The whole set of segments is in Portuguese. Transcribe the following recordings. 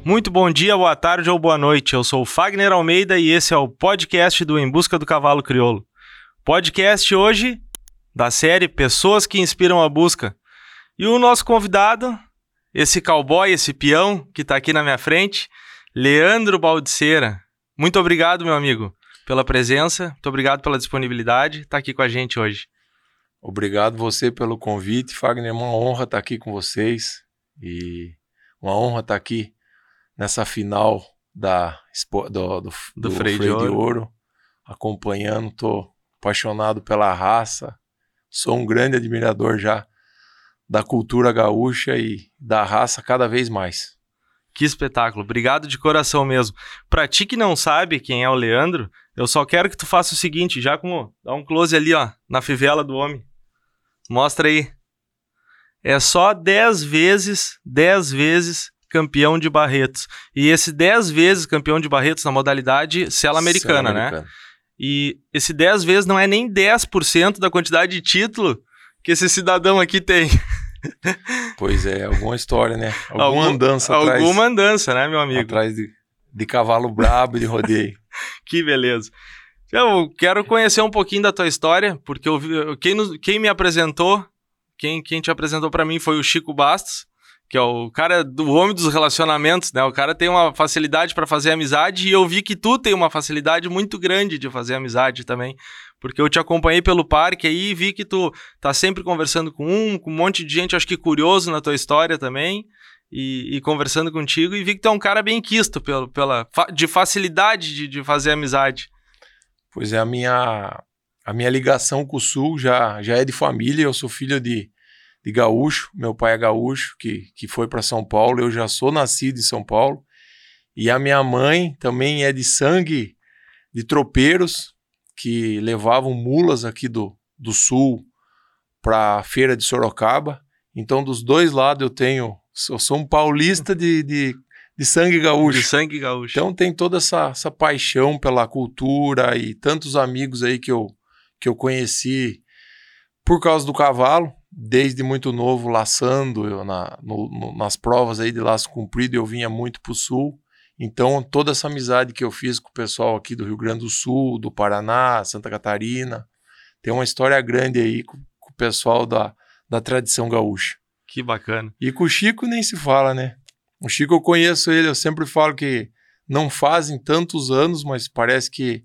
Muito bom dia, boa tarde ou boa noite. Eu sou o Fagner Almeida e esse é o podcast do Em Busca do Cavalo Crioulo. Podcast hoje da série Pessoas que Inspiram a Busca. E o nosso convidado, esse cowboy, esse peão que está aqui na minha frente, Leandro Baldiceira. Muito obrigado, meu amigo, pela presença. Muito obrigado pela disponibilidade. Está aqui com a gente hoje. Obrigado você pelo convite, Fagner. É uma honra estar aqui com vocês e uma honra estar aqui nessa final do Freio de Ouro, acompanhando. Estou apaixonado pela raça, sou um grande admirador já da cultura gaúcha e da raça cada vez mais. Que espetáculo, obrigado de coração mesmo. Pra ti que não sabe quem é o Leandro, eu só quero que tu faça o seguinte, já como dá um close ali, ó, na fivela do homem. Mostra aí. É só 10 vezes campeão de Barretos. E esse 10 vezes campeão de Barretos na modalidade sela americana, né? E esse 10 vezes não é nem 10% da quantidade de título que esse cidadão aqui tem. Pois é, alguma história, né? Alguma andança, né, meu amigo? Atrás de cavalo brabo e de rodeio. Que beleza. Eu quero conhecer um pouquinho da tua história, porque quem me apresentou, quem te apresentou pra mim foi o Chico Bastos, que é o cara do homem dos relacionamentos, né? O cara tem uma facilidade pra fazer amizade e eu vi que tu tem uma facilidade muito grande de fazer amizade também, porque eu te acompanhei pelo parque aí e vi que tu tá sempre conversando com um monte de gente, acho que curioso na tua história também, e conversando contigo, e vi que tu é um cara bem quisto de facilidade de fazer amizade. Pois é, a minha ligação com o Sul já é de família. Eu sou filho de gaúcho, meu pai é gaúcho, que foi para São Paulo, eu já sou nascido em São Paulo, e a minha mãe também é de sangue de tropeiros, que levavam mulas aqui do Sul para a feira de Sorocaba. Então, dos dois lados eu sou um paulista de sangue gaúcho. De sangue gaúcho. Então tem toda essa paixão pela cultura e tantos amigos aí que eu conheci por causa do cavalo, desde muito novo, laçando, nas provas aí de laço comprido, eu vinha muito pro Sul. Então toda essa amizade que eu fiz com o pessoal aqui do Rio Grande do Sul, do Paraná, Santa Catarina, tem uma história grande aí com o pessoal da tradição gaúcha. Que bacana. E com o Chico nem se fala, né? O Chico, eu conheço ele, eu sempre falo que não fazem tantos anos, mas parece que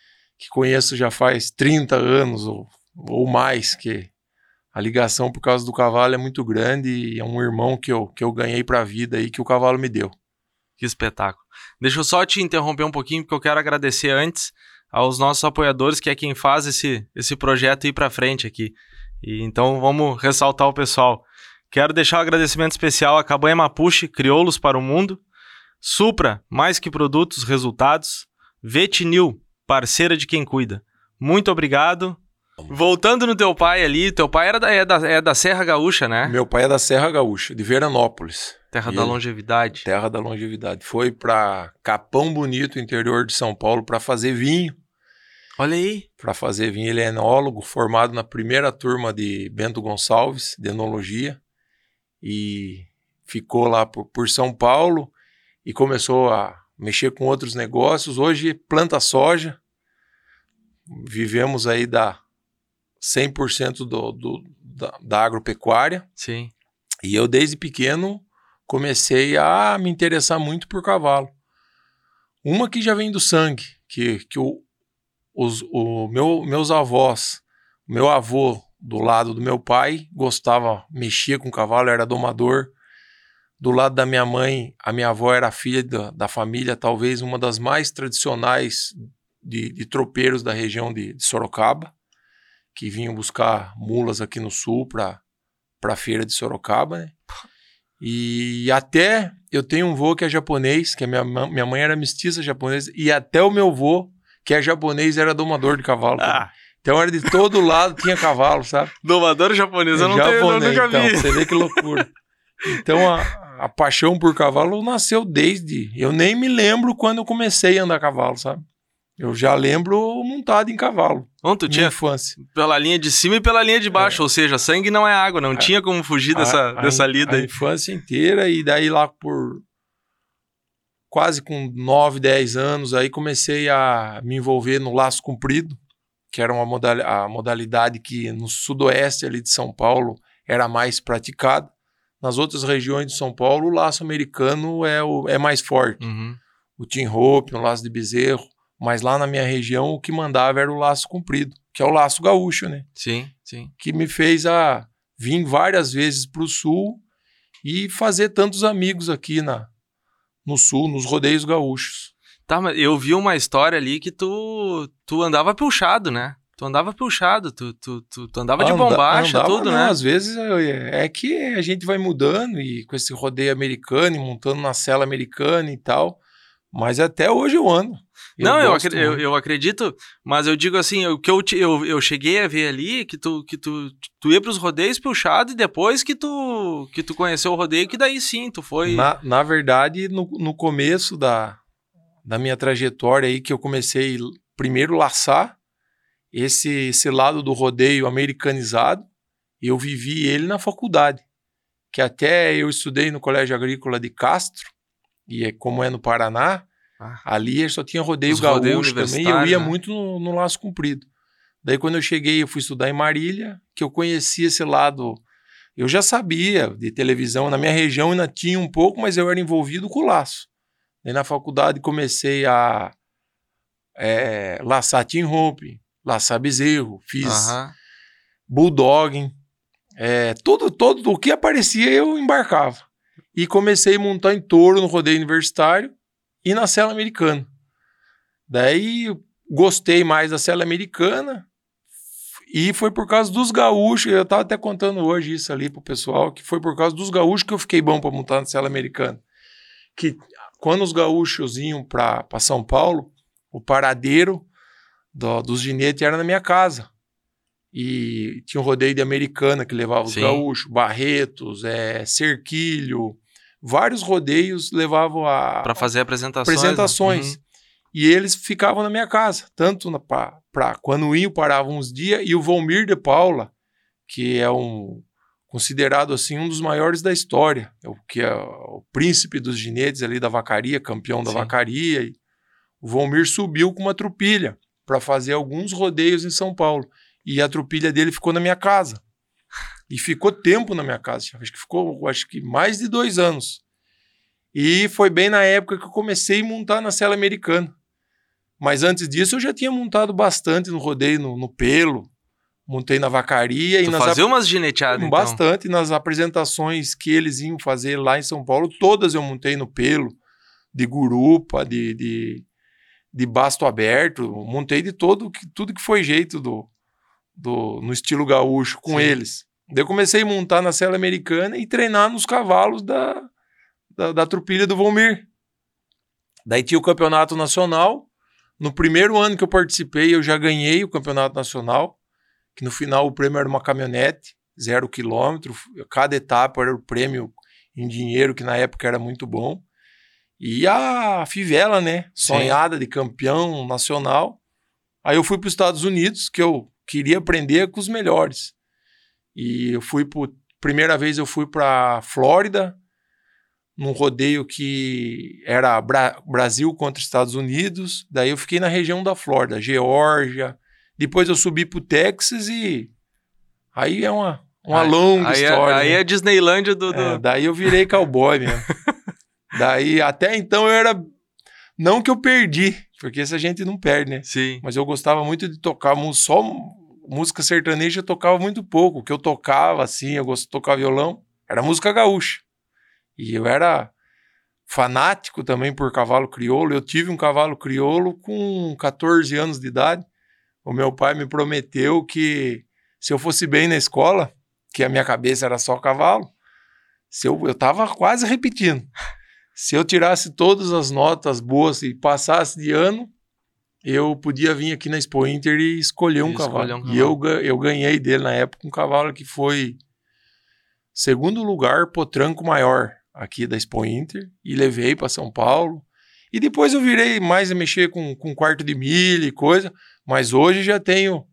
conheço já faz 30 anos ou mais, que a ligação por causa do cavalo é muito grande e é um irmão que eu ganhei para a vida aí, que o cavalo me deu. Que espetáculo. Deixa eu só te interromper um pouquinho, porque eu quero agradecer antes aos nossos apoiadores, que é quem faz esse projeto ir para frente aqui. E então vamos ressaltar o pessoal. Quero deixar um agradecimento especial a Cabanha Mapuche, Crioulos para o Mundo, Supra, mais que produtos, resultados, Vetinil, parceira de quem cuida. Muito obrigado. Voltando no teu pai ali, teu pai é da Serra Gaúcha, né? Meu pai é da Serra Gaúcha, de Veranópolis. Terra da longevidade. Terra da longevidade. Foi para Capão Bonito, interior de São Paulo, para fazer vinho. Olha aí. Para fazer vinho. Ele é enólogo, formado na primeira turma de Bento Gonçalves, de enologia. E ficou lá por São Paulo e começou a mexer com outros negócios. Hoje planta soja, vivemos aí da 100% da agropecuária. Sim. E eu desde pequeno comecei a me interessar muito por cavalo. Uma que já vem do sangue, que meus avós, meu avô do lado do meu pai gostava, mexia com cavalo, era domador. Do lado da minha mãe, a minha avó era filha da família, talvez uma das mais tradicionais de tropeiros da região de Sorocaba, que vinham buscar mulas aqui no Sul para a feira de Sorocaba, né? E até eu tenho um vô que é japonês, que minha mãe era mestiça japonesa, e até o meu vô, que é japonês, era domador de cavalo. Então era de todo lado, tinha cavalo, sabe? Domador japonês, eu nunca vi. Então, você vê que loucura. Então a paixão por cavalo nasceu desde... Eu nem me lembro quando eu comecei a andar a cavalo, sabe? Eu já lembro montado em cavalo. Tu tinha infância. Pela linha de cima e pela linha de baixo, ou seja, sangue não é água, não tinha como fugir dessa lida aí. A infância inteira, e daí lá por quase com 9, 10 anos, aí comecei a me envolver no laço comprido, que era a modalidade que no sudoeste ali de São Paulo era mais praticada. Nas outras regiões de São Paulo, o laço americano é mais forte. Uhum. O Tim Hope, o laço de bezerro. Mas lá na minha região, o que mandava era o laço comprido, que é o laço gaúcho, né? Sim, sim. Que me fez vir várias vezes para o sul e fazer tantos amigos aqui no sul, nos rodeios gaúchos. Tá, mas eu vi uma história ali que tu andava pilchado, né? Tu andava pilchado, tu andava de bombacha, tudo, não, né? Às vezes é que a gente vai mudando e com esse rodeio americano e montando na cela americana e tal, mas até hoje eu ando. Eu acredito, mas eu digo assim, o que eu cheguei a ver ali, que tu ia pros rodeios pilchado e depois que tu conheceu o rodeio, que daí sim, tu foi... Na verdade, no começo da minha trajetória aí, que eu comecei primeiro laçar esse lado do rodeio americanizado, eu vivi ele na faculdade, que até eu estudei no Colégio Agrícola de Castro, e como é no Paraná, ali só tinha rodeio gaúcho também, e eu ia muito no laço comprido. Daí quando eu cheguei, eu fui estudar em Marília, que eu conhecia esse lado, eu já sabia de televisão, na minha região ainda tinha um pouco, mas eu era envolvido com o laço. Daí na faculdade comecei a laçar Tim Hope, laçar bezerro, fiz bulldogging, todo o que aparecia eu embarcava. E comecei a montar em touro no rodeio universitário e na cela americana. Daí gostei mais da cela americana e foi por causa dos gaúchos, eu estava até contando hoje isso ali pro pessoal, que foi por causa dos gaúchos que eu fiquei bom para montar na cela americana. Que quando os gaúchos iam para São Paulo, o paradeiro dos ginetes era na minha casa. E tinha um rodeio de Americana que levava os gaúchos, Barretos, Cerquilho, vários rodeios levavam para fazer apresentações. Uhum. E eles ficavam na minha casa, tanto quando iam, paravam uns dias, e o Volmir de Paula, que é considerado assim um dos maiores da história, que é o príncipe dos ginetes ali da vacaria, campeão da vacaria. E o Volmir subiu com uma trupilha para fazer alguns rodeios em São Paulo. E a trupilha dele ficou na minha casa. E ficou tempo na minha casa. Acho que mais de 2 anos. E foi bem na época que eu comecei a montar na cela americana. Mas antes disso eu já tinha montado bastante no rodeio, no pelo. Montei na vacaria. Tu fazia umas gineteadas, bastante. Nas apresentações que eles iam fazer lá em São Paulo, todas eu montei no pelo. De gurupa, de basto aberto. Montei de tudo que foi jeito no estilo gaúcho com eles. Daí eu comecei a montar na cela americana e treinar nos cavalos da trupilha do Volmir. Daí tinha o campeonato nacional. No primeiro ano que eu participei, eu já ganhei o campeonato nacional, que no final o prêmio era uma caminhonete, 0 km. Cada etapa era o prêmio em dinheiro, que na época era muito bom. E a fivela, né? Sonhada de campeão nacional. Aí eu fui para os Estados Unidos, que eu queria aprender com os melhores. E primeira vez eu fui para Flórida, num rodeio que era Brasil contra Estados Unidos. Daí eu fiquei na região da Flórida, Geórgia. Depois eu subi para o Texas e aí é uma longa história. Aí é a Disneylândia daí eu virei cowboy mesmo. Daí até então eu era... Não que eu perdi, porque essa gente não perde, né? Sim. Mas eu gostava muito de tocar só música sertaneja, eu tocava muito pouco. O que eu tocava, assim, eu gostava de tocar violão, era música gaúcha. E eu era fanático também por cavalo crioulo. Eu tive um cavalo crioulo com 14 anos de idade. O meu pai me prometeu que se eu fosse bem na escola, que a minha cabeça era só cavalo, eu tava quase repetindo. Se eu tirasse todas as notas boas e passasse de ano, eu podia vir aqui na Expo Inter e escolher um cavalo. E eu ganhei dele na época um cavalo que foi segundo lugar potranco maior aqui da Expo Inter e levei para São Paulo. E depois eu virei mais a mexer com quarto de milha e coisa, mas hoje já tenho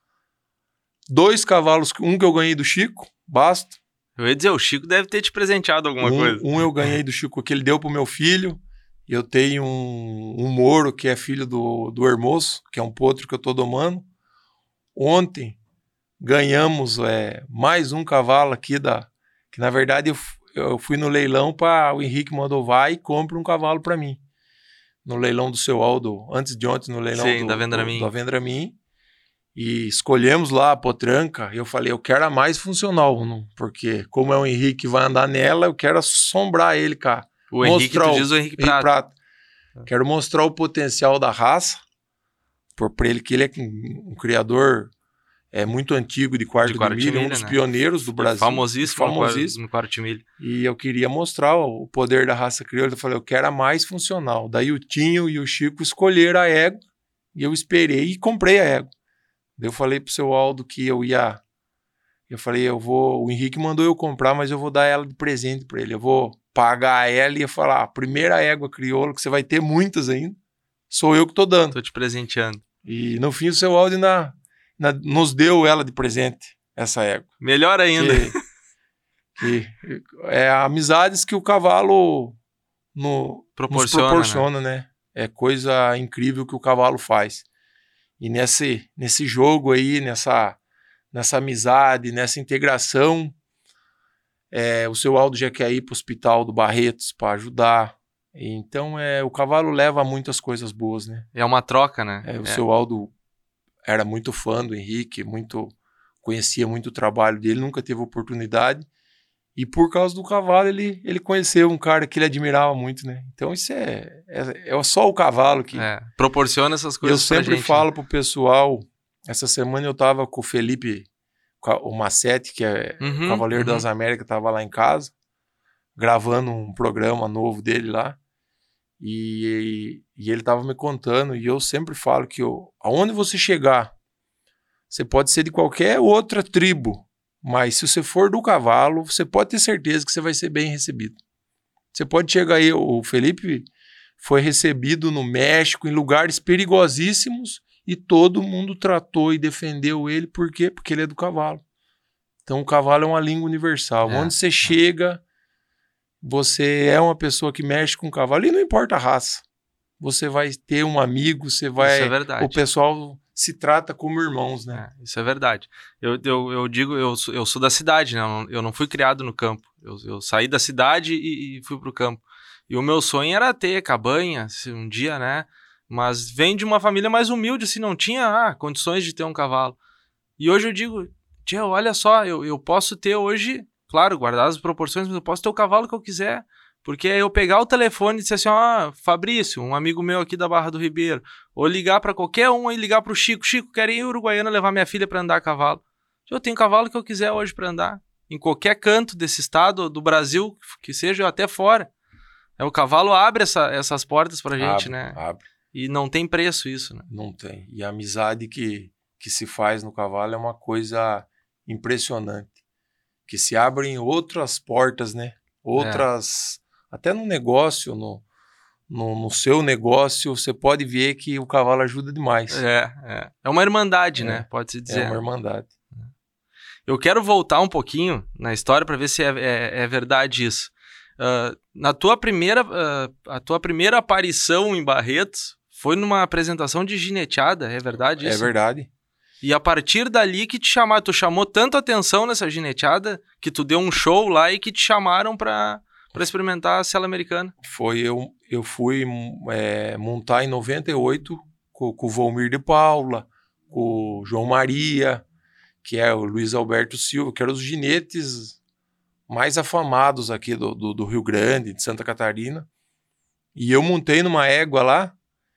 2 cavalos, um que eu ganhei do Chico, Basto. Eu ia dizer, o Chico deve ter te presenteado alguma coisa. Um eu ganhei do Chico, que ele deu pro meu filho, Eu tenho um Moro, que é filho do Hermoso, que é um potro que eu tô domando. Ontem ganhamos mais um cavalo aqui que na verdade eu fui no leilão para o Henrique mandou vai e compra um cavalo para mim. No leilão do seu Aldo, antes de ontem, no leilão Sim, da Vendramin. da Vendramin. E escolhemos lá a potranca. Eu falei, eu quero a mais funcional, porque como é o Henrique que vai andar nela, eu quero assombrar ele, cara. O Henrique, tu diz o Henrique Prata. Quero mostrar o potencial da raça, para ele, que ele é um criador muito antigo de quarto de milho, um dos pioneiros do Brasil. Famosíssimo no quarto de milho. E eu queria mostrar o poder da raça crioula. Eu falei, eu quero a mais funcional. Daí o Tinho e o Chico escolheram a égua, e eu esperei e comprei a égua. Daí eu falei pro seu Aldo que eu falei, o Henrique mandou eu comprar, mas eu vou dar ela de presente para ele. Eu vou pagar ela e ia falar, a primeira égua crioula, que você vai ter muitas ainda, sou eu que tô dando. Tô te presenteando. E no fim o seu Aldo nos deu ela de presente, essa égua. Melhor ainda. Que é amizades que o cavalo nos proporciona, né? É coisa incrível que o cavalo faz. E nesse jogo aí, nessa amizade, nessa integração, o seu Aldo já quer ir para o hospital do Barretos para ajudar. Então, o cavalo leva a muitas coisas boas, né? É uma troca, né? O seu Aldo era muito fã do Henrique, conhecia muito o trabalho dele, nunca teve oportunidade. E por causa do cavalo, ele conheceu um cara que ele admirava muito, né? Então isso é só o cavalo que... proporciona essas coisas pra gente. Eu sempre falo pro pessoal, essa semana eu tava com o Felipe, o Macete, que é o Cavaleiro das Américas, tava lá em casa, gravando um programa novo dele lá, e ele tava me contando, e eu sempre falo que aonde você chegar, você pode ser de qualquer outra tribo, mas se você for do cavalo, você pode ter certeza que você vai ser bem recebido. Você pode chegar aí, o Felipe foi recebido no México, em lugares perigosíssimos, e todo mundo tratou e defendeu ele. Por quê? Porque ele é do cavalo. Então o cavalo é uma língua universal. Onde você chega, você é uma pessoa que mexe com o cavalo, e não importa a raça. Você vai ter um amigo, você vai... Isso é verdade. O pessoal se trata como irmãos, né? Isso é verdade. Eu digo, eu sou da cidade, né? Eu não fui criado no campo. Eu saí da cidade e fui pro campo. E o meu sonho era ter cabanha, um dia, né? Mas vem de uma família mais humilde, assim, não tinha condições de ter um cavalo. E hoje eu digo, tia, olha só, eu posso ter hoje, claro, guardar as proporções, mas eu posso ter o cavalo que eu quiser. Porque eu pegar o telefone e dizer assim, Fabrício, um amigo meu aqui da Barra do Ribeiro, ou ligar para qualquer um e ligar pro Chico, quero ir em Uruguaiana levar minha filha para andar a cavalo. Eu tenho o cavalo que eu quiser hoje para andar. Em qualquer canto desse estado, do Brasil, que seja até fora. O cavalo abre essas portas pra gente, né? Abre. E não tem preço isso, né? Não tem. E a amizade que se faz no cavalo é uma coisa impressionante. Que se abrem outras portas, né? Outras... Até no negócio, no seu negócio, você pode ver que o cavalo ajuda demais. É uma irmandade, né? Pode-se dizer. É uma irmandade. Eu quero voltar um pouquinho na história para ver se é verdade isso. A tua primeira aparição em Barretos foi numa apresentação de gineteada, é verdade isso? É verdade. E a partir dali que tu chamou tanta atenção nessa gineteada que tu deu um show lá e que te chamaram para experimentar a sela americana. Eu fui montar em 98 com o Volmir de Paula, com o João Maria, que é o Luiz Alberto Silva, que eram os ginetes mais afamados aqui do Rio Grande, de Santa Catarina. E eu montei numa égua lá,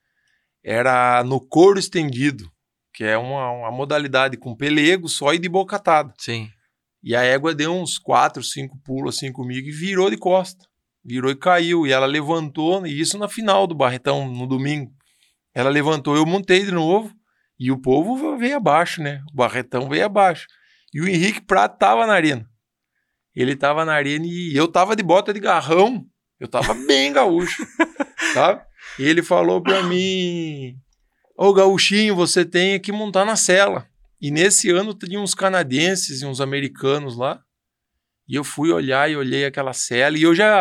era no couro estendido, que é uma modalidade com pelego só e de boca atada. Sim. E a égua deu uns 4, 5 pulos assim comigo e virou de costa. Virou e caiu. E ela levantou, e isso na final do Barretão, no domingo. Ela levantou, eu montei de novo, e o povo veio abaixo, né? O Barretão veio abaixo. E o Henrique Prata tava na arena. Ele tava na arena e eu tava de bota de garrão. Eu tava bem gaúcho, tá? E ele falou pra mim, gauchinho, você tem que montar na sela. E nesse ano tinha uns canadenses e uns americanos lá. E eu fui olhar e olhei aquela sela. E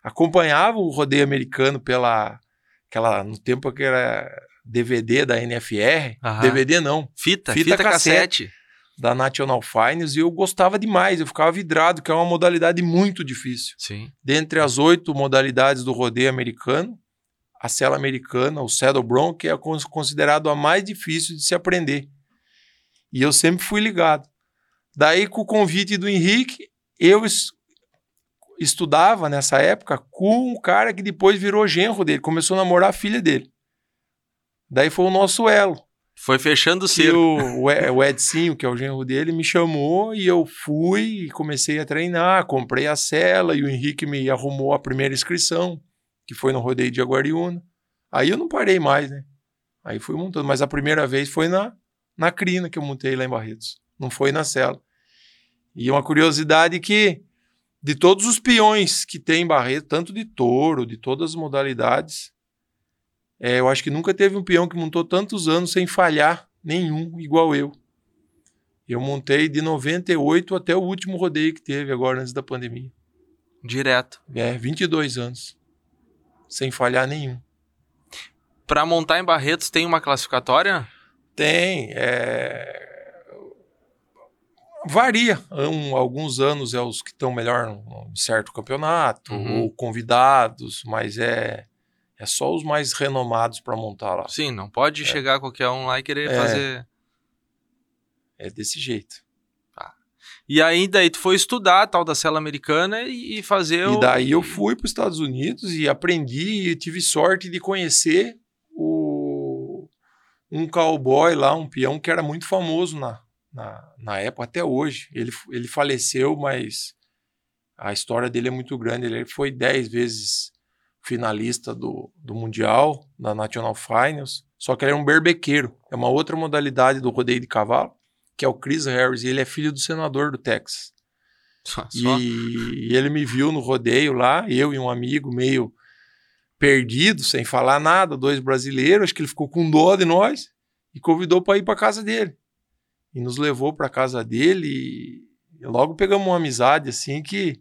acompanhava o rodeio americano no tempo que era DVD da NFR, DVD não, fita cassete da National Finals, e eu gostava demais, eu ficava vidrado, que é uma modalidade muito difícil. Sim. Dentre as 8 modalidades do rodeio americano, a sela americana, o saddle bronc, é considerado a mais difícil de se aprender. E eu sempre fui ligado. Daí, com o convite do Henrique, eu estudava nessa época com um cara que depois virou genro dele, começou a namorar a filha dele. Daí foi o nosso elo. Foi fechando o cerco. O Edcinho, que é o genro dele, me chamou e eu fui e comecei a treinar, comprei a sela e o Henrique me arrumou a primeira inscrição, que foi no rodeio de Jaguariúna. Aí eu não parei mais, né? Aí fui montando, mas a primeira vez foi na crina que eu montei lá em Barretos, não foi na sela. E uma curiosidade que de todos os peões que tem em Barretos, tanto de touro, de todas as modalidades, eu acho que nunca teve um peão que montou tantos anos sem falhar nenhum, igual eu. Eu montei de 98 até o último rodeio que teve agora, antes da pandemia. Direto. 22 anos. Sem falhar nenhum. Para montar em Barretos tem uma classificatória? Tem. Varia. Alguns anos é os que estão melhor num certo campeonato, ou convidados, mas é só os mais renomados para montar lá. Sim, não pode chegar qualquer um lá e querer fazer... É desse jeito. Tá. E aí, daí tu foi estudar a tal da sela americana e fazer E daí eu fui para os Estados Unidos e aprendi e tive sorte de conhecer um cowboy lá, um peão que era muito famoso na época, até hoje. Ele faleceu, mas a história dele é muito grande. Ele foi 10 vezes finalista do Mundial, da National Finals, só que ele era um berbequeiro. É uma outra modalidade do rodeio de cavalo, que é o Chris Harris, e ele é filho do senador do Texas. E ele me viu no rodeio lá, eu e um amigo meio perdido, sem falar nada, 2 brasileiros, acho que ele ficou com dó de nós e convidou para ir para casa dele. E nos levou para casa dele e logo pegamos uma amizade assim que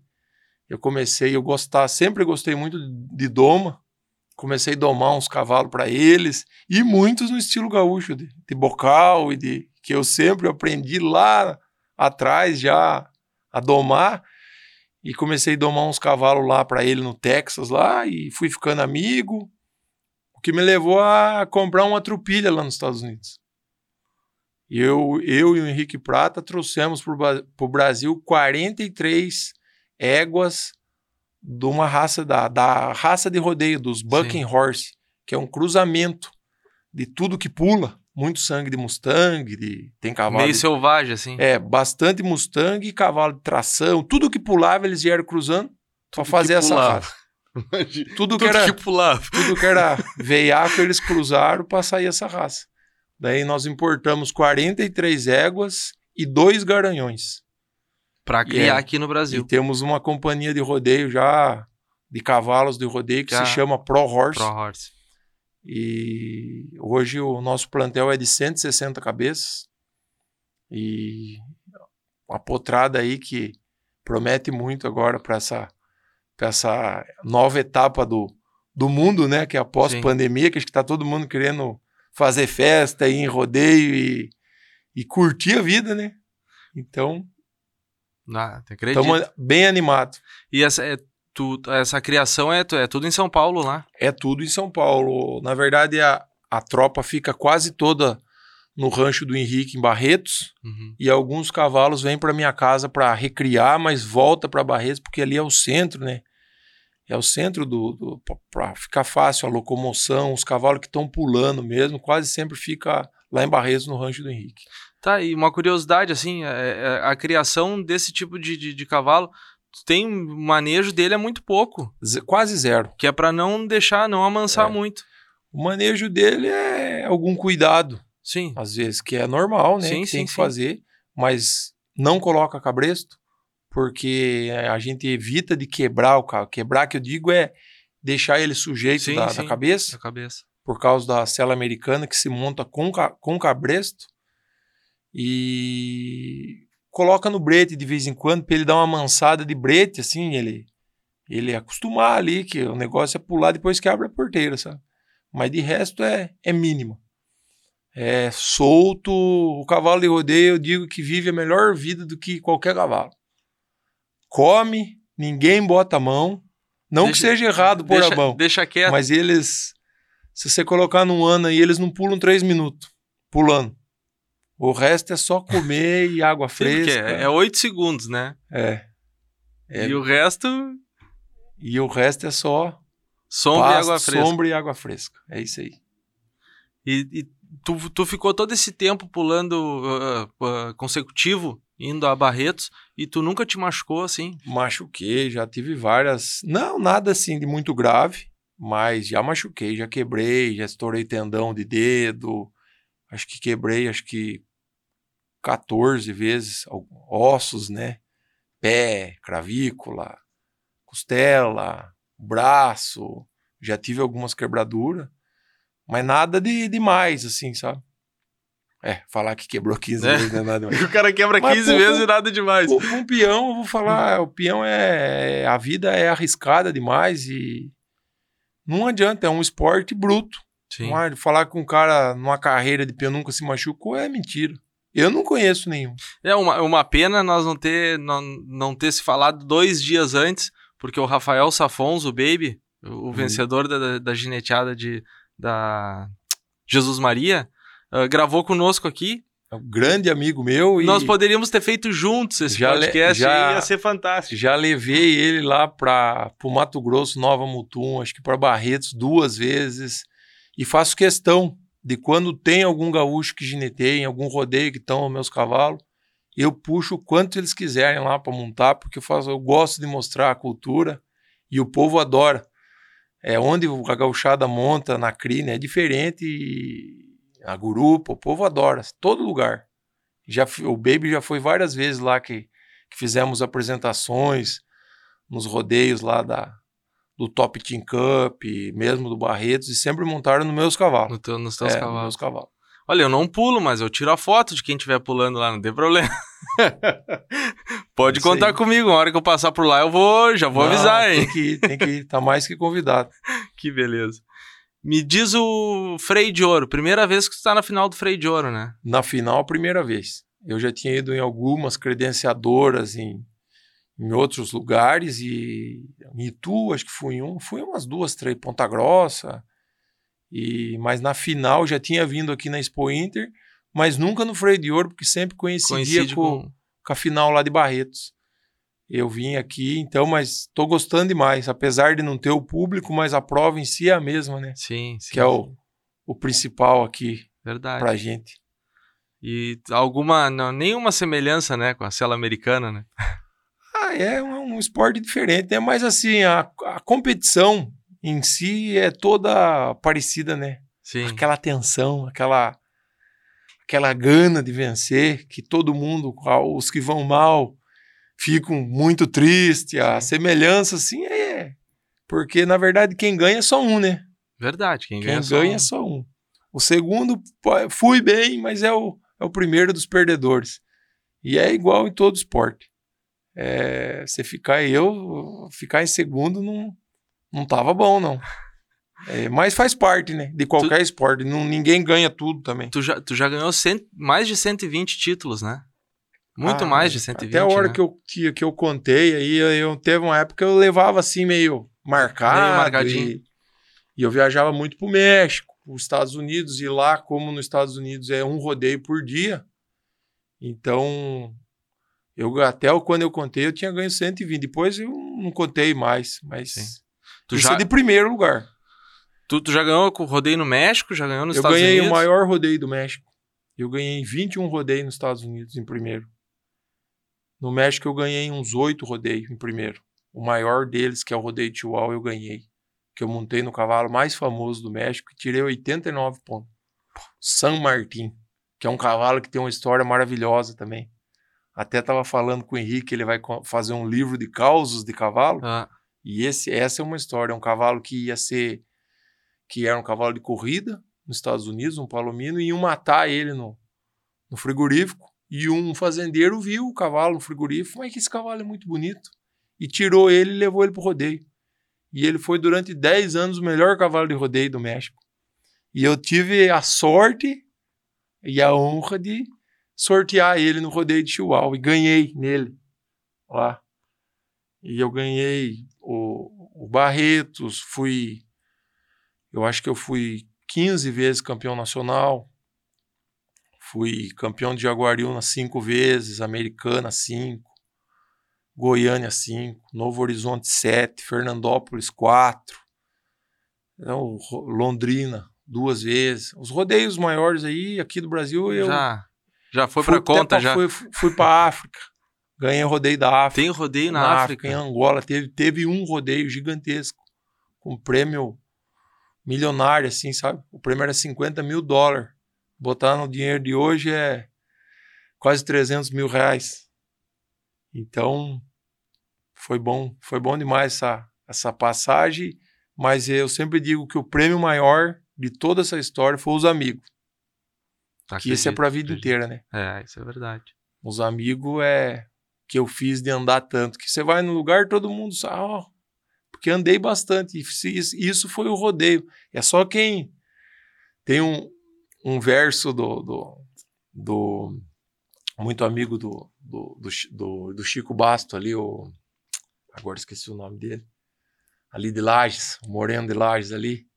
sempre gostei muito de doma, comecei a domar uns cavalos para eles, e muitos no estilo gaúcho, de bocal, que eu sempre aprendi lá atrás já a domar, e comecei a domar uns cavalos lá para ele no Texas, lá, e fui ficando amigo, o que me levou a comprar uma trupilha lá nos Estados Unidos. E eu e o Henrique Prata trouxemos para o Brasil 43 éguas de uma raça da raça de rodeio, dos Bucking Horse, que é um cruzamento de tudo que pula, muito sangue de Mustang, tem cavalo... Meio selvagem, assim. Bastante Mustang e cavalo de tração, tudo que pulava eles vieram cruzando para fazer essa raça. Tudo que pulava. Tudo que era veiaco eles cruzaram para sair essa raça. Daí nós importamos 43 éguas e 2 garanhões. Para criar aqui no Brasil. E temos uma companhia de rodeio já, de cavalos de rodeio, que se chama Pro Horse. Pro Horse. E hoje o nosso plantel é de 160 cabeças. E uma potrada aí que promete muito agora para essa nova etapa do mundo, né? Que é a pós-pandemia, que acho que está todo mundo querendo fazer festa, ir em rodeio e curtir a vida, né? Então... Estamos bem animados. E essa criação é tudo em São Paulo lá? É tudo em São Paulo. Na verdade, a tropa fica quase toda no rancho do Henrique, em Barretos, e alguns cavalos vêm para minha casa para recriar, mas volta para Barretos, porque ali é o centro, né? É o centro para ficar fácil a locomoção, os cavalos que estão pulando mesmo, quase sempre fica lá em Barretos, no rancho do Henrique. Tá, e uma curiosidade, assim, a criação desse tipo de cavalo, tem o manejo dele é muito pouco. Quase zero. Que é para não amansar muito. O manejo dele é algum cuidado. Sim. Às vezes, que é normal, né? Que tem que fazer, mas não coloca cabresto, porque a gente evita de quebrar o carro. Quebrar, que eu digo, é deixar ele sujeito da cabeça. Da cabeça. Por causa da sela americana, que se monta com cabresto. E coloca no brete de vez em quando, para ele dar uma amansada de brete, assim, ele ele acostumar ali, que o negócio é pular depois que abre a porteira, sabe? Mas de resto é mínimo. É solto, o cavalo de rodeio, eu digo que vive a melhor vida do que qualquer cavalo. Come, ninguém bota a mão, não que seja errado pôr a mão, deixa quieto. mas eles, se você colocar num ano aí, eles não pulam 3 minutos, pulando. O resto é só comer e água fresca. Sim, é 8 segundos, né? E o resto... E o resto é só sombra e água fresca. Sombra e água fresca. É isso aí. E tu ficou todo esse tempo pulando consecutivo, indo a Barretos, e tu nunca te machucou assim? Machuquei, já tive várias... Não, nada assim de muito grave, mas já machuquei, já quebrei, já estourei tendão de dedo, acho que quebrei 14 vezes ossos, né? Pé, clavícula, costela, braço, já tive algumas quebraduras, mas nada de demais, assim, sabe? Falar que quebrou 15 vezes não é nada demais. O cara quebra 15 vezes e nada demais. Um peão, eu vou falar, o peão a vida é arriscada demais e não adianta, é um esporte bruto. Sim. Falar que um cara numa carreira de peão nunca se machucou é mentira. Eu não conheço nenhum. É uma pena nós não ter se falado 2 dias antes, porque o Rafael Safonso, o Baby, o vencedor da gineteada da Jesus Maria, gravou conosco aqui. É um grande amigo meu. Nós poderíamos ter feito juntos esse podcast e ia ser fantástico. Já levei ele lá para o Mato Grosso, Nova Mutum, acho que para Barretos 2 vezes. E faço questão de quando tem algum gaúcho que gineteia, em algum rodeio que estão meus cavalos, eu puxo o quanto eles quiserem lá para montar, porque eu gosto de mostrar a cultura e o povo adora. Onde a gauchada monta na crina é diferente, a gurupa, o povo adora, todo lugar. O Baby já foi várias vezes lá que fizemos apresentações nos rodeios lá do Top Team Cup, mesmo do Barretos, e sempre montaram nos meus cavalos. Nos teus cavalos. Nos meus cavalos. Olha, eu não pulo, mas eu tiro a foto de quem estiver pulando lá, não tem problema. Pode contar comigo, uma hora que eu passar por lá já vou avisar, hein? Tem que ir, tá mais que convidado. Que beleza. Me diz o Freio de Ouro, primeira vez que tu tá na final do Freio de Ouro, né? Na final, primeira vez. Eu já tinha ido em algumas credenciadoras em outros lugares e em Itu, acho que fui umas 2, 3, Ponta Grossa, mas na final já tinha vindo aqui na Expo Inter, mas nunca no Freio de Ouro, porque sempre coincidia com a final lá de Barretos. Eu vim aqui, então, mas estou gostando demais, apesar de não ter o público, mas a prova em si é a mesma, né? Sim. Que é o principal aqui. Verdade. Pra gente. E nenhuma semelhança, né, com a cela americana, né? É um esporte diferente, né? Mas assim, a competição em si é toda parecida, né? Sim. Aquela tensão, aquela gana de vencer, que todo mundo, os que vão mal, ficam muito tristes. A semelhança, assim, porque, na verdade, quem ganha é só um, né? Verdade, quem ganha é só um. O segundo, fui bem, mas é o primeiro dos perdedores. E é igual em todo esporte. Você ficar em segundo não tava bom, não. Mas faz parte, né? De qualquer esporte. Ninguém ganha tudo também. Tu já ganhou mais de 120 títulos, né? Muito mais de 120, até a hora, né? que eu contei, aí teve uma época que eu levava assim meio marcadinho. E eu viajava muito pro México, pros Estados Unidos, e lá, como nos Estados Unidos é um rodeio por dia, então quando eu contei, eu tinha ganho 120. Depois eu não contei mais, mas isso é de primeiro lugar. Tu já ganhou com o rodeio no México? Já ganhou nos Estados Unidos? Eu ganhei o maior rodeio do México. Eu ganhei 21 rodeios nos Estados Unidos em primeiro. No México eu ganhei uns 8 rodeios em primeiro. O maior deles, que é o rodeio de Chihuahua, eu ganhei. Que eu montei no cavalo mais famoso do México e tirei 89 pontos. San Martín, que é um cavalo que tem uma história maravilhosa também. Até estava falando com o Henrique, ele vai fazer um livro de causos de cavalo. E essa é uma história. É um cavalo que era um cavalo de corrida nos Estados Unidos, um palomino, e iam matar ele no frigorífico. E um fazendeiro viu o cavalo no frigorífico, mas que esse cavalo é muito bonito. e tirou ele e levou ele pro rodeio. E ele foi durante 10 anos o melhor cavalo de rodeio do México. E eu tive a sorte e a honra de sortear ele no rodeio de Chihuahua. E ganhei nele lá. E eu ganhei o Barretos, eu acho que eu fui 15 vezes campeão nacional, fui campeão de Jaguariúna 5 vezes, Americana 5, Goiânia 5, Novo Horizonte 7, Fernandópolis 4, então, Londrina 2 vezes. Os rodeios maiores aí, aqui do Brasil, eu... Já foi pra conta, já. Fui pra África. Ganhei o rodeio da África. Tem rodeio na África? Em Angola. Teve um rodeio gigantesco, com prêmio milionário, assim, sabe? O prêmio era $50 mil. Botar no dinheiro de hoje é quase R$300 mil. Então, foi bom demais essa passagem, mas eu sempre digo que o prêmio maior de toda essa história foi os amigos. Que isso é pra vida inteira, né? Isso é verdade. Os amigos que eu fiz de andar tanto, que você vai no lugar, todo mundo sabe, porque andei bastante, isso foi o rodeio. É só quem tem um verso do muito amigo do Chico Basto ali, agora esqueci o nome dele, ali de Lages, o Moreno de Lages ali,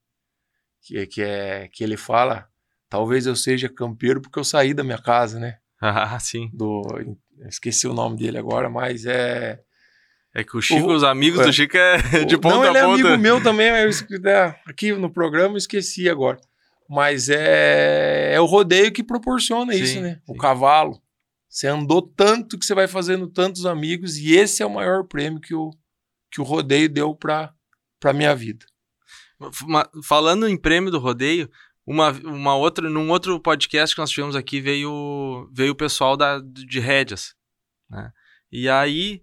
que ele fala, talvez eu seja campeiro porque eu saí da minha casa, né? Sim. Esqueci o nome dele agora, mas é... É que o Chico, os amigos do Chico é de ponta a ponta. Não, ele é amigo meu também, aqui no programa eu esqueci agora. Mas é o rodeio que proporciona isso, né? Sim. O cavalo. Você andou tanto que você vai fazendo tantos amigos e esse é o maior prêmio que o rodeio deu pra minha vida. Falando em prêmio do rodeio, num outro podcast que nós tivemos aqui veio o pessoal de rédeas, né? E aí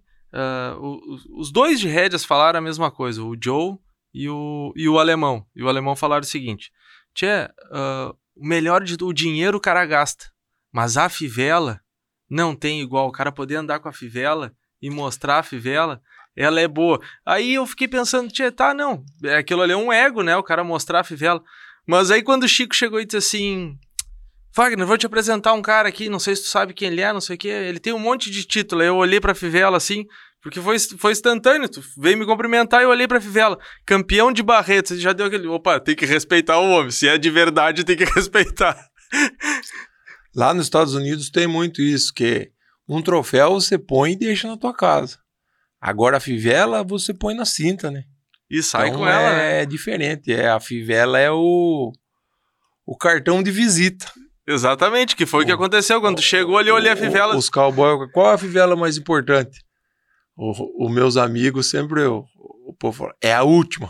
os dois de rédeas falaram a mesma coisa, o Joe e o alemão. E o alemão falaram o seguinte: Tchê, o melhor o dinheiro o cara gasta, mas a fivela não tem igual. O cara poder andar com a fivela e mostrar a fivela, ela é boa. Aí eu fiquei pensando, tchê, não, aquilo ali é um ego, né? O cara mostrar a fivela. Mas aí quando o Chico chegou e disse assim: Wagner, vou te apresentar um cara aqui, não sei se tu sabe quem ele é, não sei o quê, ele tem um monte de título. Aí eu olhei pra fivela assim, porque foi instantâneo, tu veio me cumprimentar e eu olhei pra fivela, campeão de Barretos, já deu aquele, opa, tem que respeitar o homem, se é de verdade tem que respeitar. Lá nos Estados Unidos tem muito isso, que um troféu você põe e deixa na tua casa. Agora a fivela você põe na cinta, né? E sai então com ela, né? É diferente, a fivela é o cartão de visita. Exatamente, que foi o que aconteceu. Quando chegou ali, eu olhei a fivela. Os cowboys, qual a fivela mais importante? Os meus amigos sempre, o povo fala, é a última,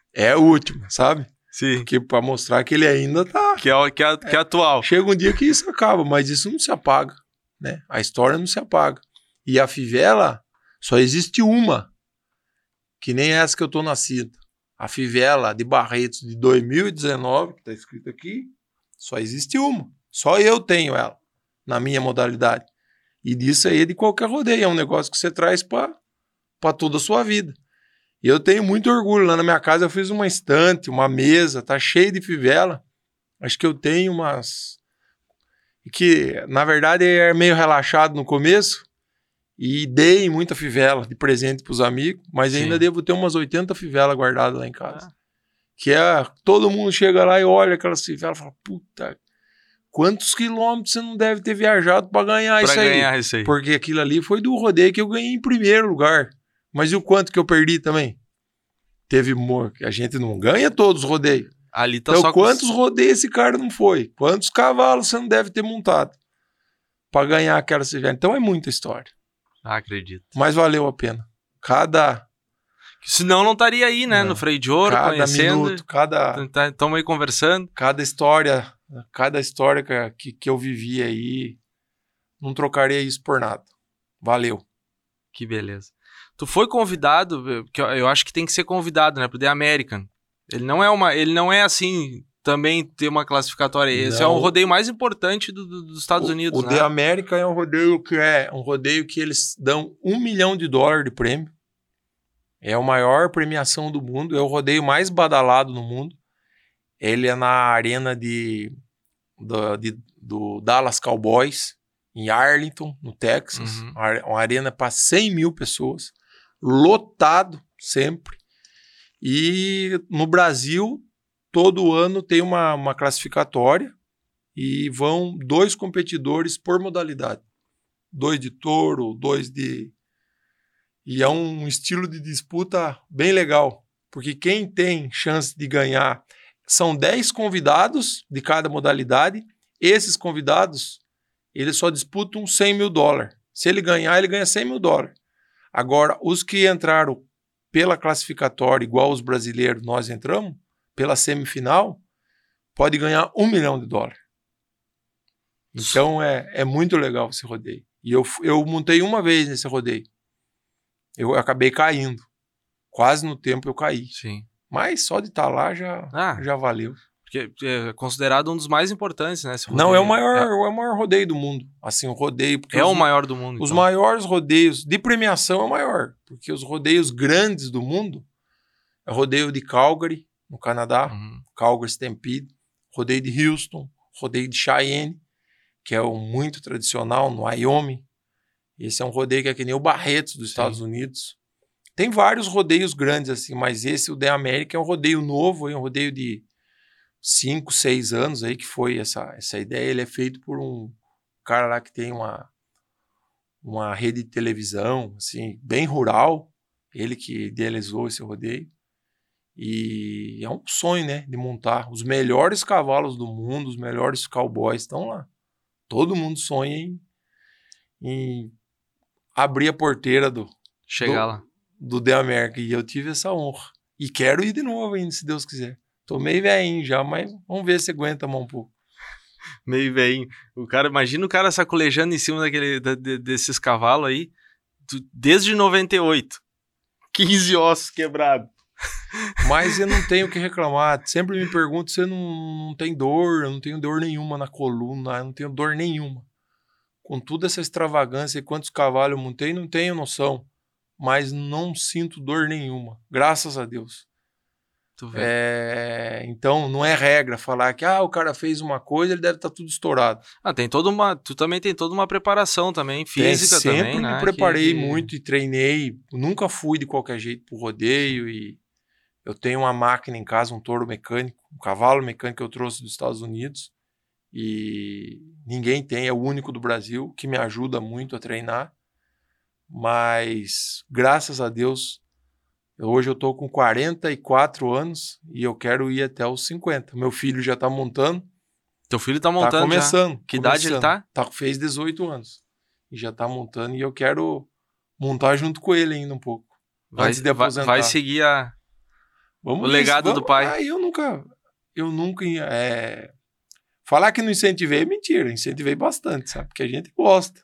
sabe? Sim. Porque pra mostrar que ele ainda tá... Que é atual. Chega um dia que isso acaba, mas isso não se apaga, né? A história não se apaga. E a fivela só existe uma, que nem essa que eu tô nascido. A fivela de Barretos de 2019, que tá escrito aqui, só existe uma. Só eu tenho ela, na minha modalidade. E disso aí é de qualquer rodeio, é um negócio que você traz pra toda a sua vida. E eu tenho muito orgulho. Lá na minha casa eu fiz uma estante, uma mesa, tá cheio de fivela. Acho que eu tenho umas... que, na verdade, é meio relaxado no começo e dei muita fivela de presente pros amigos, mas ainda devo ter umas 80 fivelas guardadas lá em casa. Que todo mundo chega lá e olha aquelas fivelas e fala, puta, quantos quilômetros você não deve ter viajado para ganhar isso aí? Porque aquilo ali foi do rodeio que eu ganhei em primeiro lugar. Mas e o quanto que eu perdi também? A gente não ganha todos os rodeios. Ali tá então, só quantos rodeios esse cara não foi? Quantos cavalos você não deve ter montado para ganhar aquela fivela? Então é muita história. Acredito. Mas valeu a pena. Senão não estaria aí, né? No Freio de Ouro, conhecendo. Minuto, estamos aí conversando. Cada história que eu vivi aí, não trocaria isso por nada. Valeu. Que beleza. Tu foi convidado, que eu acho que tem que ser convidado, né? Pro The American. Ele não é assim, também ter uma classificatória. Esse é o rodeio mais importante dos Estados Unidos, né? O The American é um rodeio que eles dão $1 milhão de prêmio É a maior premiação do mundo, é o rodeio mais badalado no mundo. Ele é na arena do Dallas Cowboys, em Arlington, no Texas. Uhum. Uma arena para 100 mil pessoas, lotado sempre. E no Brasil, todo ano tem uma classificatória e vão 2 competidores por modalidade. 2 de touro, 2 de... E é um estilo de disputa bem legal, porque quem tem chance de ganhar são 10 convidados de cada modalidade. Esses convidados, eles só disputam $100 mil. Se ele ganhar, ele ganha $100 mil. Agora, os que entraram pela classificatória, igual os brasileiros, nós entramos, pela semifinal, pode ganhar $1 milhão. Então, é muito legal esse rodeio. E eu montei uma vez nesse rodeio. Eu acabei caindo. Quase no tempo eu caí. Sim. Mas só de estar lá já valeu. Porque é considerado um dos mais importantes, né? Não, é o maior rodeio do mundo. Assim, o rodeio... É o maior do mundo, Os então. maiores rodeios de premiação é o maior. Porque os rodeios grandes do mundo é o rodeio de Calgary, no Canadá. Calgary Stampede. Rodeio de Houston. Rodeio de Cheyenne, que é muito tradicional, no Wyoming. Esse é um rodeio que é que nem o Barretos dos Estados Unidos. Tem vários rodeios grandes, assim, mas esse, o The America, é um rodeio novo, é um rodeio de 5, 6 anos aí que foi essa ideia. Ele é feito por um cara lá que tem uma rede de televisão, assim, bem rural. Ele que idealizou esse rodeio. E é um sonho, né, de montar. Os melhores cavalos do mundo, os melhores cowboys estão lá. Todo mundo sonha em abrir a porteira chegar lá. Do The America. E eu tive essa honra. E quero ir de novo ainda, se Deus quiser. Tô meio velhinho já, mas vamos ver se aguenta mais um pouco. Meio velhinho. Imagina o cara sacolejando em cima desses cavalos aí, desde 98. 15 ossos quebrados. Mas eu não tenho o que reclamar. Sempre me pergunto se eu não tem dor. Eu não tenho dor nenhuma na coluna. Eu não tenho dor nenhuma. Com toda essa extravagância e quantos cavalos eu montei, não tenho noção. Mas não sinto dor nenhuma. Graças a Deus. Então, não é regra falar que o cara fez uma coisa, ele deve estar tudo estourado. Tu também tem toda uma preparação também, física também, né? Sempre me preparei muito e treinei. Nunca fui de qualquer jeito pro rodeio. E eu tenho uma máquina em casa, um touro mecânico, um cavalo mecânico que eu trouxe dos Estados Unidos. E ninguém tem, é o único do Brasil, que me ajuda muito a treinar. Mas, graças a Deus, hoje eu tô com 44 anos e eu quero ir até os 50. Meu filho já tá montando. Teu filho tá montando começando, já? Que idade ele tá? Fez 18 anos. E já tá montando e eu quero montar junto com ele ainda um pouco. Antes de aposentar. Vai seguir o legado do pai. Eu nunca falar que não incentivei é mentira. Incentivei bastante, sabe? Porque a gente gosta.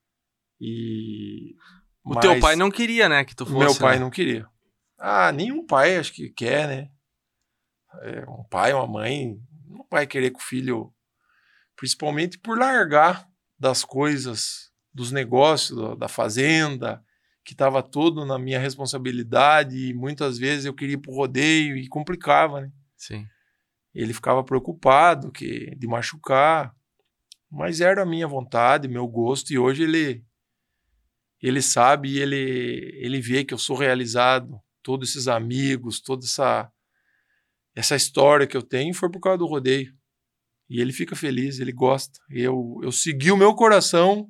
O teu pai não queria, né, que tu fosse. Meu pai não queria. Nenhum pai acho que quer, né? Um pai, uma mãe, não vai querer que o filho, principalmente por largar das coisas, dos negócios, da fazenda, que estava tudo na minha responsabilidade e muitas vezes eu queria ir pro rodeio e complicava, né? Sim. Ele ficava preocupado de machucar, mas era a minha vontade, meu gosto, e hoje ele sabe e ele vê que eu sou realizado, todos esses amigos, toda essa história que eu tenho foi por causa do rodeio. E ele fica feliz, ele gosta. Eu segui o meu coração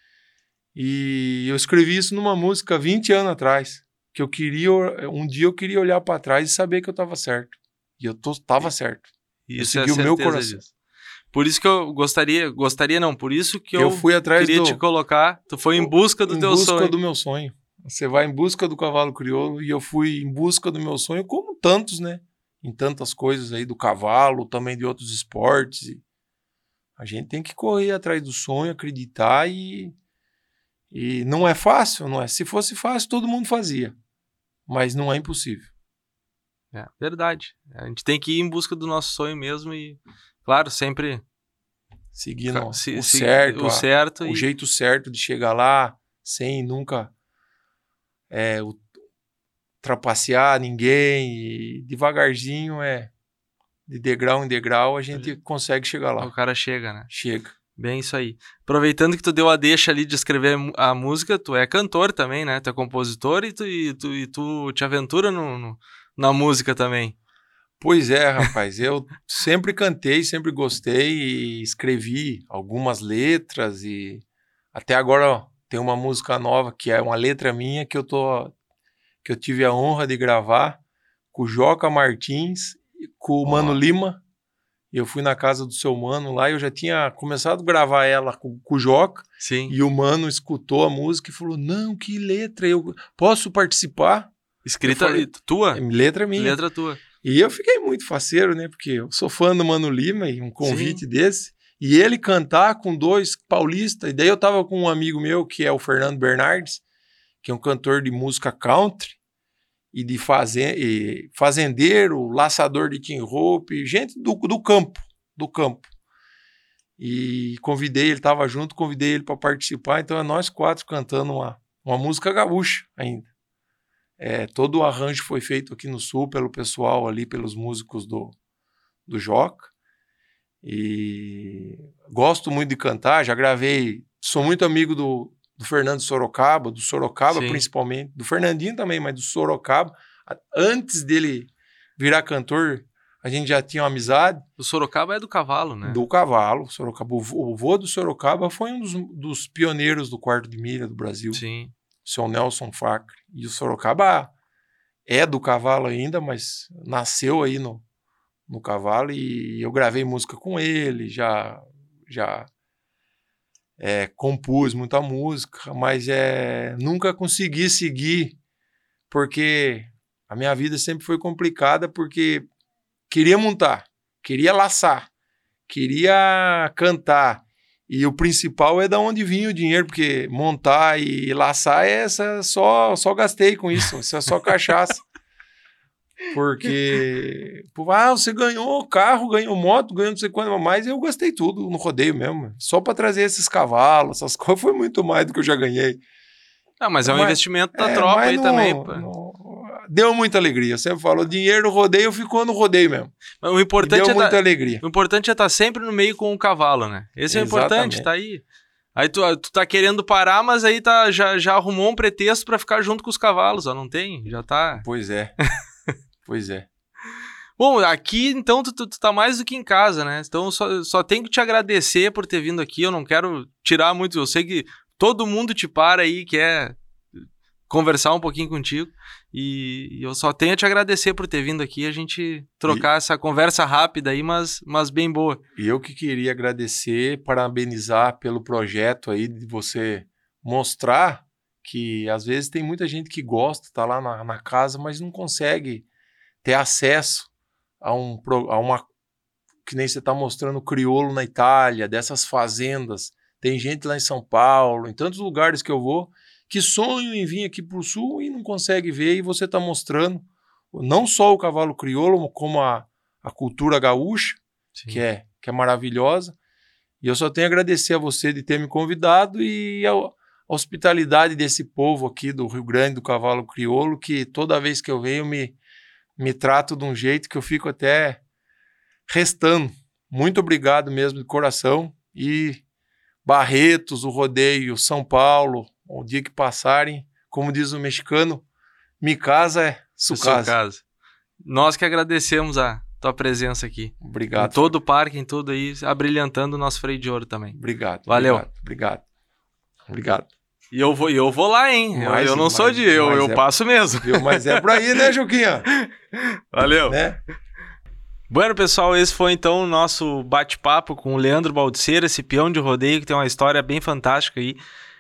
e eu escrevi isso numa música 20 anos atrás, que um dia eu queria olhar para trás e saber que eu estava certo. E eu estava certo. Eu segui o meu coração. Disso. Por isso que eu por isso que eu fui atrás queria te colocar, tu foi em busca do teu sonho. Em busca do meu sonho. Você vai em busca do cavalo crioulo e eu fui em busca do meu sonho, como tantos, né? Em tantas coisas aí do cavalo, também de outros esportes. A gente tem que correr atrás do sonho, acreditar e não é fácil, não é? Se fosse fácil, todo mundo fazia. Mas não é impossível. É verdade. A gente tem que ir em busca do nosso sonho mesmo e, claro, sempre seguindo o certo, o jeito certo de chegar lá, sem nunca trapacear ninguém, e devagarzinho, de degrau em degrau, a gente consegue chegar lá. O cara chega, né? Chega. Bem isso aí. Aproveitando que tu deu a deixa ali de escrever a música, tu é cantor também, né? Tu é compositor e tu te aventura na música também. Pois é, rapaz. Eu sempre cantei, sempre gostei e escrevi algumas letras e até agora tem uma música nova que é uma letra minha que eu tive a honra de gravar com o Joca Martins, com o Mano Lima. Eu fui na casa do seu Mano lá e eu já tinha começado a gravar ela com o Joca. Sim. E o Mano escutou a música e falou, não, que letra, eu posso participar? Escrita tua? Letra minha. Letra tua. E eu fiquei muito faceiro, né? Porque eu sou fã do Mano Lima e um convite desse. E ele cantar com 2 paulistas. E daí eu tava com um amigo meu, que é o Fernando Bernardes, que é um cantor de música country. E de fazendeiro, laçador de tin rope, gente do campo. E convidei, ele estava junto, convidei ele para participar, então é nós 4 cantando uma música gaúcha ainda. Todo o arranjo foi feito aqui no Sul pelo pessoal ali, pelos músicos do Joca. E gosto muito de cantar, já gravei, sou muito amigo do Fernando Sorocaba, do Sorocaba principalmente, do Fernandinho também, mas do Sorocaba. Antes dele virar cantor, a gente já tinha uma amizade. O Sorocaba é do cavalo, né? Do cavalo, Sorocaba. O vô do Sorocaba foi um dos pioneiros do quarto de milha do Brasil. Sim. O seu Nelson Facre. E o Sorocaba é do cavalo ainda, mas nasceu aí no cavalo e eu gravei música com ele, já compus muita música, mas nunca consegui seguir, porque a minha vida sempre foi complicada, porque queria montar, queria laçar, queria cantar, e o principal é da onde vinha o dinheiro, porque montar e laçar só gastei com isso, isso é só cachaça. Porque, você ganhou carro, ganhou moto, ganhou não sei quanto, mas eu gastei tudo no rodeio mesmo. Só para trazer esses cavalos, essas coisas, foi muito mais do que eu já ganhei. Mas é um investimento da tropa aí também, pô. Deu muita alegria. Eu sempre falo, o dinheiro no rodeio ficou no rodeio mesmo. Mas o importante deu muita alegria. O importante é estar sempre no meio com o cavalo, né? Esse é o importante, tá aí. Aí tu tá querendo parar, mas aí já arrumou um pretexto para ficar junto com os cavalos, ó, não tem? Já tá... Pois é. Pois é. Bom, aqui então tu tá mais do que em casa, né? Então só tenho que te agradecer por ter vindo aqui. Eu não quero tirar muito. Eu sei que todo mundo te para aí, quer conversar um pouquinho contigo. E eu só tenho a te agradecer por ter vindo aqui. A gente trocar essa conversa rápida aí, mas bem boa. E eu que queria agradecer, parabenizar pelo projeto aí de você mostrar que às vezes tem muita gente que gosta, tá lá na casa, mas não consegue ter acesso a uma, que nem você está mostrando, crioulo na Itália, dessas fazendas. Tem gente lá em São Paulo, em tantos lugares que eu vou, que sonham em vir aqui para o Sul e não consegue ver, e você está mostrando não só o cavalo crioulo, como a cultura gaúcha, que é maravilhosa. E eu só tenho a agradecer a você de ter me convidado e a hospitalidade desse povo aqui do Rio Grande, do cavalo crioulo, que toda vez que eu venho me trato de um jeito que eu fico até restando. Muito obrigado mesmo de coração. E Barretos, o rodeio, São Paulo, o dia que passarem, como diz o mexicano, mi casa é su casa. Nós que agradecemos a tua presença aqui. Obrigado. Em todo o parque, em tudo aí, abrilhantando o nosso freio de ouro também. Obrigado. Valeu. Obrigado. E eu vou lá, hein? Eu não sou eu passo mesmo. Mas é por aí, né, Juquinha? Valeu. Né? Bueno, pessoal, esse foi então o nosso bate-papo com o Leandro Baldiceira, esse peão de rodeio que tem uma história bem fantástica aí.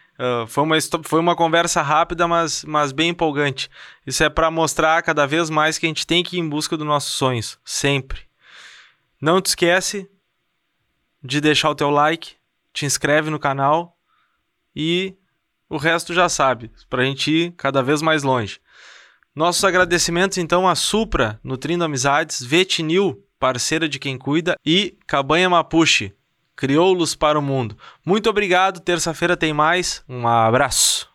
Foi uma conversa rápida, mas bem empolgante. Isso é para mostrar cada vez mais que a gente tem que ir em busca dos nossos sonhos, sempre. Não te esquece de deixar o teu like, te inscreve no canal e o resto já sabe, para a gente ir cada vez mais longe. Nossos agradecimentos então a Supra, Nutrindo Amizades, Vetinil, parceira de quem cuida, e Cabanha Mapuche, crioulos para o mundo. Muito obrigado, terça-feira tem mais, um abraço.